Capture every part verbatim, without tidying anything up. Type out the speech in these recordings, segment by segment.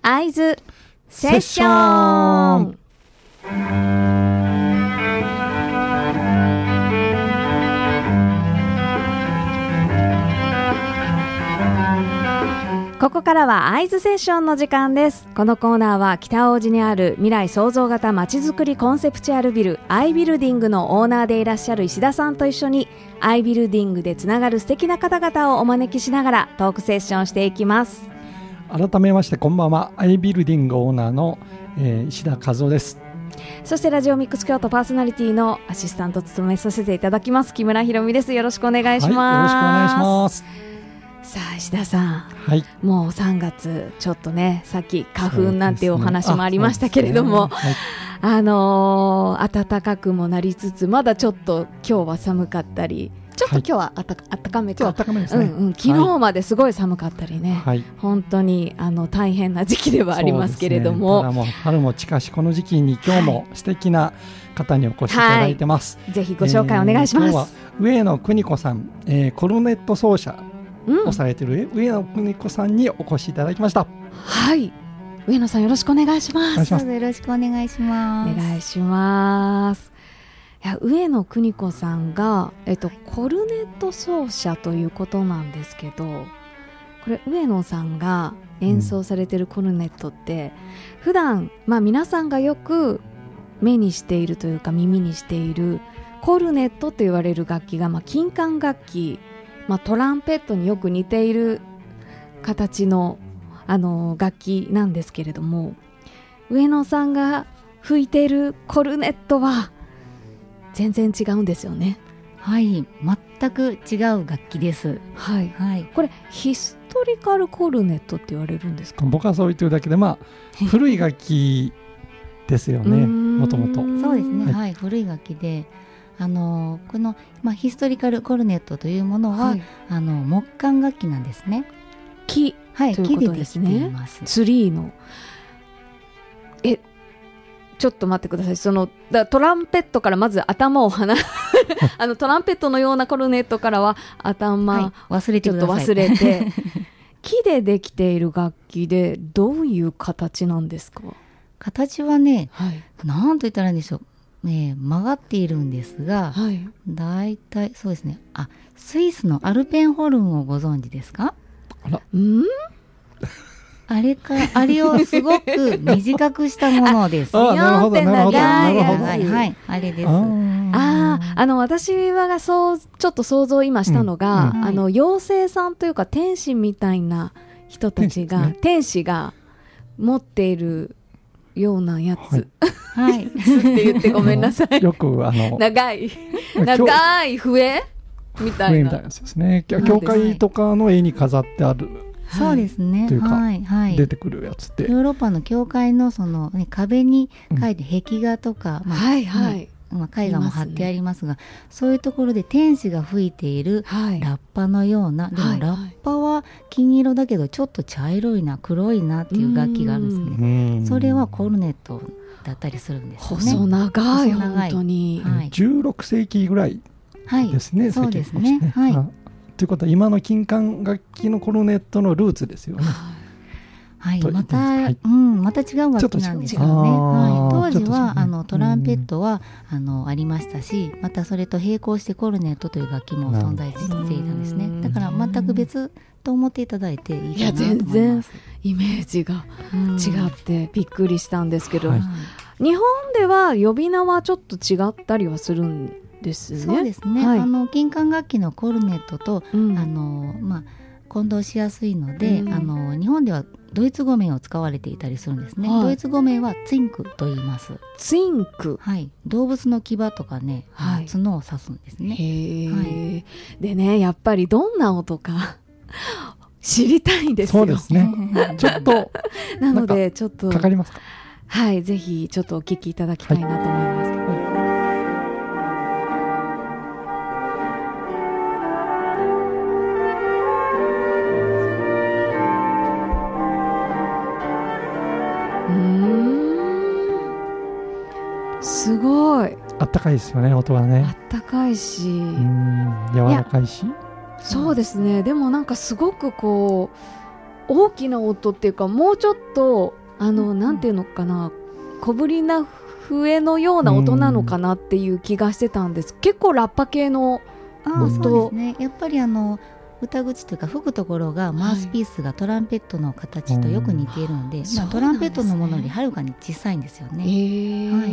会津セッション。ここからは会津セッションの時間です。このコーナーは北大路にある未来創造型まちづくりコンセプチュアルビル アイビルディングのオーナーでいらっしゃる石田さんと一緒に アイビルディングでつながる素敵な方々をお招きしながらトークセッションしていきます。 改めましてこんばんは。 アイビルディングオーナーの、えー、石田和夫です。 そしてラジオミックス京都パーソナリティのアシスタントを務めさせていただきます木村ひろみです。よろしくお願いします。 はい、よろしくお願いします。 さあ石田さん、 はい、 もうさんがつちょっとね、さっき花粉なんていうお話もありましたけれども、ね、はい、あのー、暖かくもなりつつまだちょっと今日は寒かったり、ちょっと今日はあったか、あったかめか、 あったかめですね、 うんうん、昨日まですごい寒かったりね、はい、本当にあの大変な時期ではありますけれども、 ただもう春も近しこの時期に今日も素敵な方にお越しいただいてます、 はい、ぜひご紹介お願いします。 えー、今日は上野邦子さん、えー、コルネット奏者をされている上野邦子さんにお越しいただきました。 はい、上野さんよろしくお願いします。 よろしくお願いします。 お願いします。いや、上野邦子さんが、えっと、コルネット奏者ということなんですけど、これ上野さんが演奏されているコルネットって、うん、普段、まあ、皆さんがよく目にしているというか耳にしているコルネットと言われる楽器が、まあ、金管楽器、まあ、トランペットによく似ている形の、あの楽器なんですけれども、上野さんが吹いているコルネットは全然違うんですよね。 はい、全く違う楽器です。 はい、はい、これヒストリカルコルネットって言われるんですか？ 僕はそう言ってるだけで、まあ、古い楽器ですよね。もともとそうですね、はいはい、古い楽器で、あのこの、まあ、ヒストリカルコルネットというものは、はい、あの木管楽器なんですね。 木、はい、ということですね。木でできています。ツリーの、えちょっと待ってください。そのだトランペットからまず頭を離あのトランペットのようなコルネットからは頭、はい、忘れてください。ちょっと忘れて木でできている楽器でどういう形なんですか？ 形はね、はい、なんと言ったらいいんでしょう、ね、曲がっているんですが、はい、だいたいそうですね、あ、スイスのアルペンホルンをご存知ですか？ あら、 んあれか、あれをすごく短くしたものです。 あ、なるほど、なるほど、なるほど、 はい、はい、あれです。 ああ、あの私はそうちょっと想像今したのが、うんうん、あの妖精さんというか天使みたいな人たちが、天使ですね、天使が持っているようなやつ、はい、って言ってごめんなさい。 よくあの長い長い笛みたいな笛みたいなやつですね。教会とかの絵に飾ってある。 そうですね。 というか、 はいはい、 出てくるやつってヨーロッパの教会のその、ね、壁に書いて壁画とか、うん、まあ、はいはい、まあ、絵画も貼ってありますが、そういうところで天使が吹いているラッパのような、はい、でもラッパは金色だけどちょっと茶色いな黒いなっていう楽器があるんですね。それはコルネットだったりするんですよね。 細長い、本当に、 はい、じゅうろくせいきぐらいですね、 はい、そうですね、はい、 ということは今の金管楽器のコルネットのルーツですよね。 はい、また、はい、うん、また違う楽器なんですよね。はい、当時は、ね、あのトランペットは、うん、あのありましたし、またそれと並行してコルネットという楽器も存在していたんですね。だから全く別と思っていただいていいかなと思います。 いや、全然イメージが違ってびっくりしたんですけど、はい、日本では呼び名はちょっと違ったりはするんですね。 そうですね、はい、あの金管楽器のコルネットと、うん、あのまあ、混同しやすいので、うん、あの日本ではドイツ語名を使われていたりするんですね、はい、ドイツ語名はツィンクと言います。 ツィンク、 はい、動物の牙とかね、はい、角を指すんですね。 へー、はい、でね、やっぱりどんな音か知りたいんですよ。 そうですねちょっとなのでちょっとかかりますか？ はい、ぜひちょっとお聞きいただきたいなと思います、はい。すごいあったかいですよね、音はね。 あったかいし、うーん、柔らかいし。 そうですね。でもなんかすごくこう大きな音っていうか、もうちょっとあのなんていうのかな、小ぶりな笛のような音なのかなっていう気がしてたんです。結構ラッパ系の音。 あ、そうですね。やっぱりあの歌口というか吹くところがマウスピースがトランペットの形とよく似ているので、はい、まあ、トランペットのものよりはるかに小さいんですよね。はい、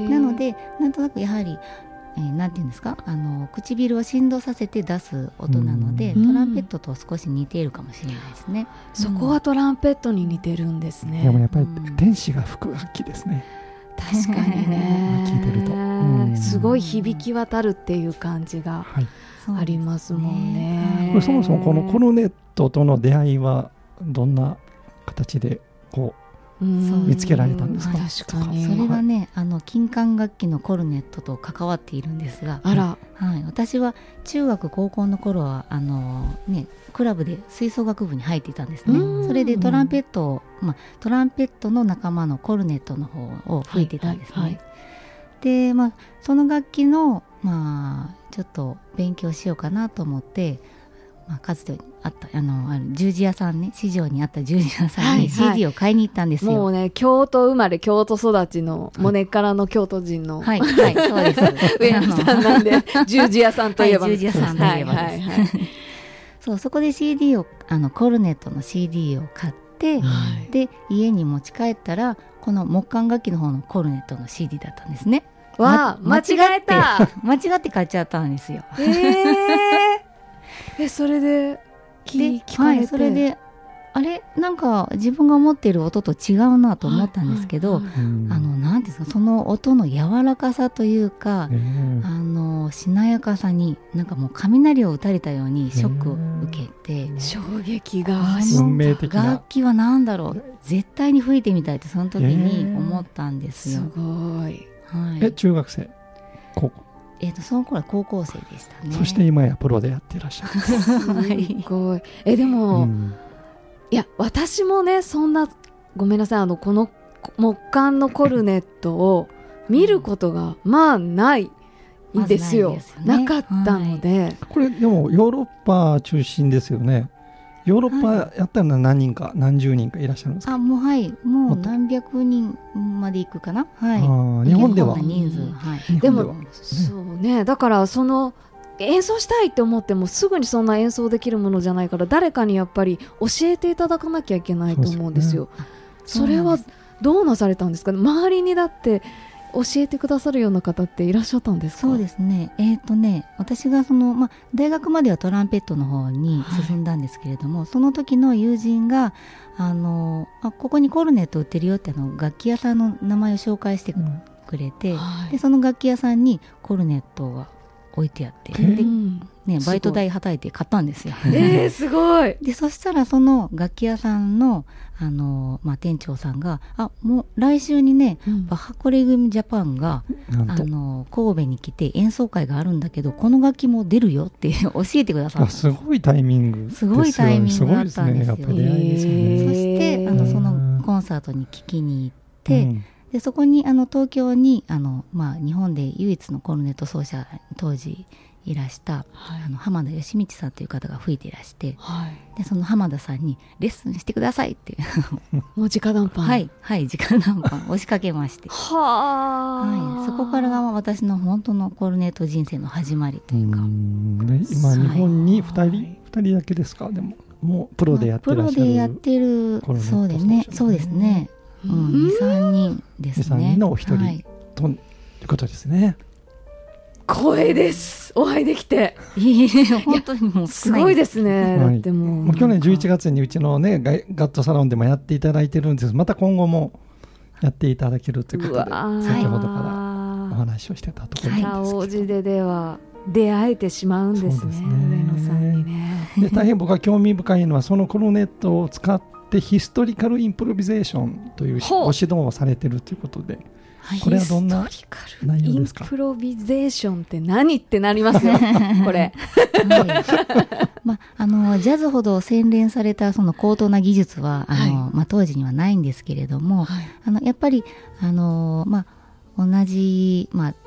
なのでなんとなくやはり、えー、なんていうんですか、あの唇を振動させて出す音なので、トランペットと少し似ているかもしれないですね。 そこはトランペットに似てるんですね。 でもやっぱり天使が吹く楽器ですね。 確かにね聞いてると、 うん、すごい響き渡るっていう感じがありますもんね。 これそもそもこのコルネットとの出会いはどんな形でこう見つけられたんですか？ 確かにそれがね、あの金管楽器のコルネットと関わっているんですが、 あら、 はい、私は中学高校の頃はあの、ね、クラブで吹奏楽部に入っていたんですね。それでトランペットを、まあ、トランペットの仲間のコルネットの方を吹いていたんですね。はいはいはい、で、まあ、その楽器の、まあ、ちょっと勉強しようかなと思って、まあ、かつてあったあのある十字屋さんね、市場にあった十字屋さんに シーディー を買いに行ったんですよ。はいはい、 もうね、京都生まれ京都育ちのもう根っからの京都人の、 はいはい、そうです上野さんなんで十字屋さんといえば、 はい、十字屋さんといえばです、はいはいはい、そう、そこで シーディー をあのコルネットの シーディー を買って、はい、で家に持ち帰ったらこの木管楽器の方のコルネットの シーディー だったんですね。 わあ、ま、間違えた間違って買っちゃったんですよ。 えーえ、それで聞かれて、はい、 それであれ、なんか自分が思っている音と違うなと思ったんですけど、はいはいはい、あのなんですか、その音の柔らかさというか、あのしなやかさになんかもう雷を打たれたようにショックを受けて、 衝撃が運命的な楽器は何だろう、絶対に吹いてみたいってその時に思ったんですよ。 すごい、 はい、え、中学生、高校、 えー、とその頃は高校生でしたね。 そして今やプロでやっていらっしゃる。 すごい。え、でも、うん、いや私もね、そんな、ごめんなさい、あのこの木管のコルネットを見ることがまあないんですよ。ま、なかったので、はい、 これでもヨーロッパ中心ですよね。ヨーロッパやったら何人か、はい、何十人かいらっしゃるんですか？ あ、もう、はい、もう何百人までいくかな。はい、 あ、日本では人数、はい、 でもそうね、だからその演奏したいって思ってもすぐにそんな演奏できるものじゃないから、誰かにやっぱり教えていただかなきゃいけないと思うんですよ。それはどうなされたんですかね。周りにだって教えてくださるような方っていらっしゃったんですか？ そうですね、えーとね私がその、ま、大学まではトランペットの方に進んだんですけれども、はい、その時の友人があのあここにコルネット売ってるよってあの楽器屋さんの名前を紹介してくれて、うん、はい、でその楽器屋さんにコルネットが置いてあって、で、ね、バイト代はたいて買ったんですよ。 えー、すごい。 でそしたらその楽器屋さんの、あの、まあ、店長さんが、あ、もう来週にね、うん、バッハコレグムジャパンがあの神戸に来て演奏会があるんだけど、この楽器も出るよって教えてくださった。 すごいタイミングですよね。 すごいタイミングだったんですよ。 すごいですね、やっぱり出会いですよね。 そしてあのそのコンサートに聴きに行って、うん、でそこにあの東京にあの、まあ、日本で唯一のコルネット奏者当時いらした、はい、あの浜田義道さんという方が吹いていらして、はい、でその浜田さんにレッスンしてくださいってもう直談判、 はいはい直談判押しかけましては、はい、そこからが私の本当のコルネット人生の始まりというか。うーん、 ね、今日本にふたりふたりだけですか？でももうプロでやってらっしゃる、まあ、 プロでやってる、そうですね、そうですね、うん、にさんにんですね。にさんにんのお一人、はい、 ということですね。 光栄です、お会いできて。 いや本当にもうすごいですね、はい、だっても う, もう去年じゅういちがつにうちのねガットサロンでもやっていただいてるんです。また今後もやっていただけるということで、先ほどからお話をしてたところなんですけど、 王子ででは出会えてしまうんですね、そうですね、上野さんにね。 で大変僕が興味深いのはそのコルネットを使ってヒストリカルインプロビゼーションというご指導をされているということで、これはどんな内容ですか？ インプロビゼーションって何ってなりますよこれ、 はい、ま、あのジャズほど洗練されたその高等な技術はあの、はい、ま、当時にはないんですけれども、はい、あのやっぱりあの、ま、同じ、ま、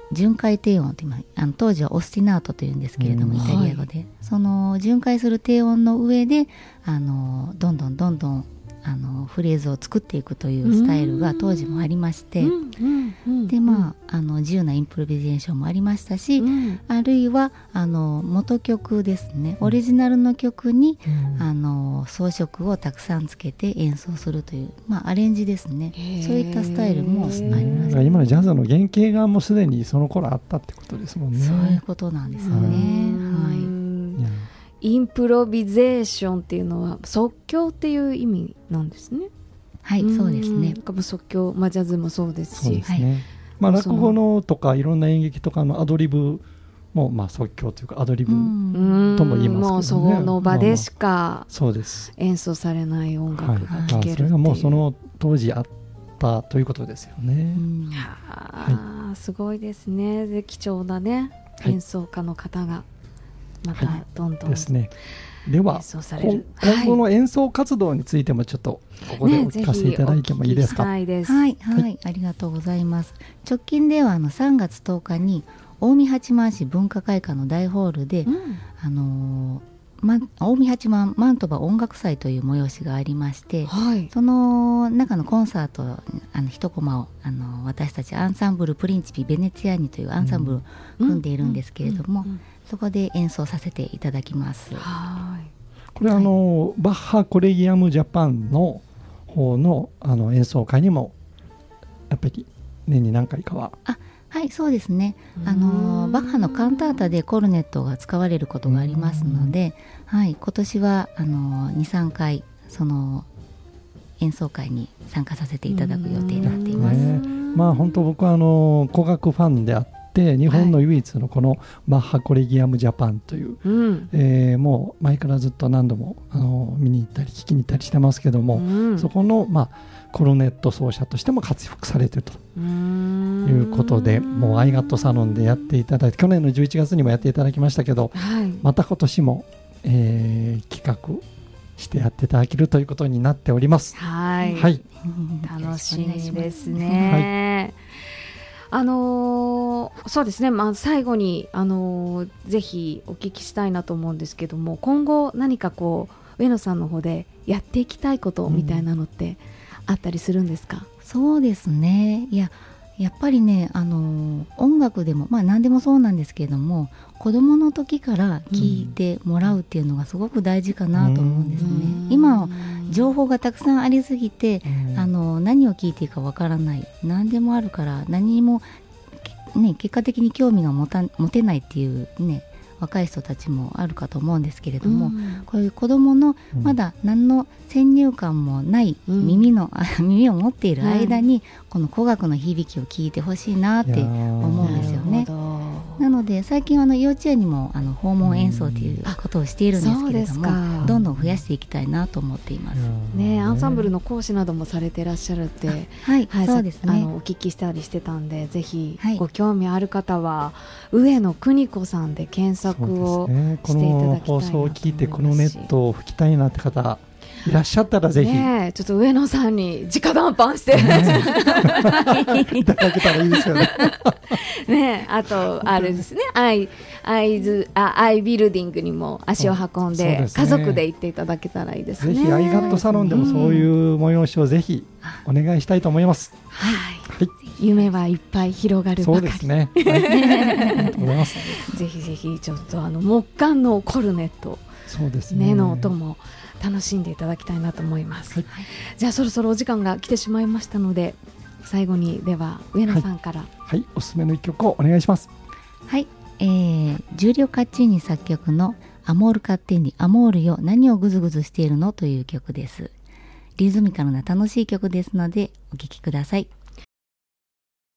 巡回低音という、あの当時はオスティナートというんですけれども、イタリア語で、はい、その巡回する低音の上であのどんどんどんどんあのフレーズを作っていくというスタイルが当時もありまして、でまああの自由なインプロビゼーションもありましたし、うん、あるいはあの元曲ですね、オリジナルの曲に、うん、あの装飾をたくさんつけて演奏するという、まあ、アレンジですね、そういったスタイルもあります。 今のジャズの原型がもうすでにその頃あったってことですもんね。 そういうことなんですよね。はい。 インプロビゼーションっていうのは即興っていう意味なんですね。 はい、そうですね。 即興、まあ、ジャズもそうですし、そうですね、 はい、まあ、落語のとかいろんな演劇とかのアドリブも、まあ、即興というかアドリブとも言いますけどね。 もうその場でしかそうです演奏されない音楽が聴けるっていう、はい、 それがもうその当時あったということですよね。 うん、はあ、すごいですね。で貴重なね、はい、演奏家の方がまたどんどん、はい、ですね。 では今後の演奏活動についてもちょっとここでお聞かせいただいてもいいですか。 ね、はい、はい、はい、ありがとうございます。直近ではあのさんがつとおかに近江八幡市文化会館の大ホールで、うん、あのー、ま、近江八幡マントバ音楽祭という催しがありまして、はい、その中のコンサートあの一コマをあの私たちアンサンブルプリンチピベネツィアーニというアンサンブルを組んでいるんですけれども、そこで演奏させていただきます。 はい、 これはあの、はい、バッハコレギアムジャパンの方の、あの演奏会にもやっぱり年に何回かは。 あ、はい、そうですね。あのバッハのカンタータでコルネットが使われることがありますので、はい、今年はあのにさんかいその演奏会に参加させていただく予定になっています。 ね、まあ本当僕はあの古楽ファンであって、日本の唯一のこのバッハコレギアムジャパンという、はい、えー、もう前からずっと何度もあの見に行ったり聞きに行ったりしてますけども、うん、そこの、まあ、コルネット奏者としても活躍されているということで、もうアイガットサロンでやっていただいて、去年のじゅういちがつにもやっていただきましたけど、はい、また今年も、えー、企画してやっていただけるということになっております。 はい、 はい、 楽しみですね。はい、あのー、そうですね、まあ、最後に、あのー、ぜひお聞きしたいなと思うんですけども、今後何かこう上野さんの方でやっていきたいことみたいなのってあったりするんですか。 うん、そうですね、いややっぱりね、あのー、音楽でも、まあ、何でもそうなんですけれども、子どもの時から聴いてもらうっていうのがすごく大事かなと思うんですね。うん、今情報がたくさんありすぎて、あの何を聞いていいかわからない、何でもあるから何にも、ね、結果的に興味が持た持てないっていうね、若い人たちもあるかと思うんですけれども、うん、こういう子どものまだ何の先入観もない耳の、うん、耳を持っている間に、この古楽の響きを聞いてほしいなって思うんですよね。なので最近はあの幼稚園にもあの訪問演奏ということをしているんですけれども、どんどん増やしていきたいなと思っています。 ね、アンサンブルの講師などもされていらっしゃるって、 はい、はい、そうですね、 あのお聞きしたりしてたんで、ぜひご興味ある方は、はい、上野邦子さんで検索をしていただきたいなと思いますし、この放送を聞いてこのネットを吹きたいなって方いらっしゃったらぜひ、 ね、ちょっと上野さんに直談判して、ね、 いただけたらいいですよね。 ね、あとあれですね、アイアイズあアイビルディングにも足を運んで、ね、家族で行っていただけたらいいですね。 ぜひアイガットサロンでもそういう催しをぜひお願いしたいと思います。 はい、はい、夢はいっぱい広がるばかり。 そうですね。はい、ありがとうございます。 ぜひぜひちょっとあの木管のコルネット、 そうですね、 の音も楽しんでいただきたいなと思います。はい、じゃあそろそろお時間が来てしまいましたので、最後にでは上野さんから、はい、 はい、おすすめの一曲をお願いします。 はい、えー、ジュリオ・カッチーニ作曲のアモール・カッテンディ、アモールよ何をグズグズしているのという曲です。リズミカルな楽しい曲ですのでお聴きください。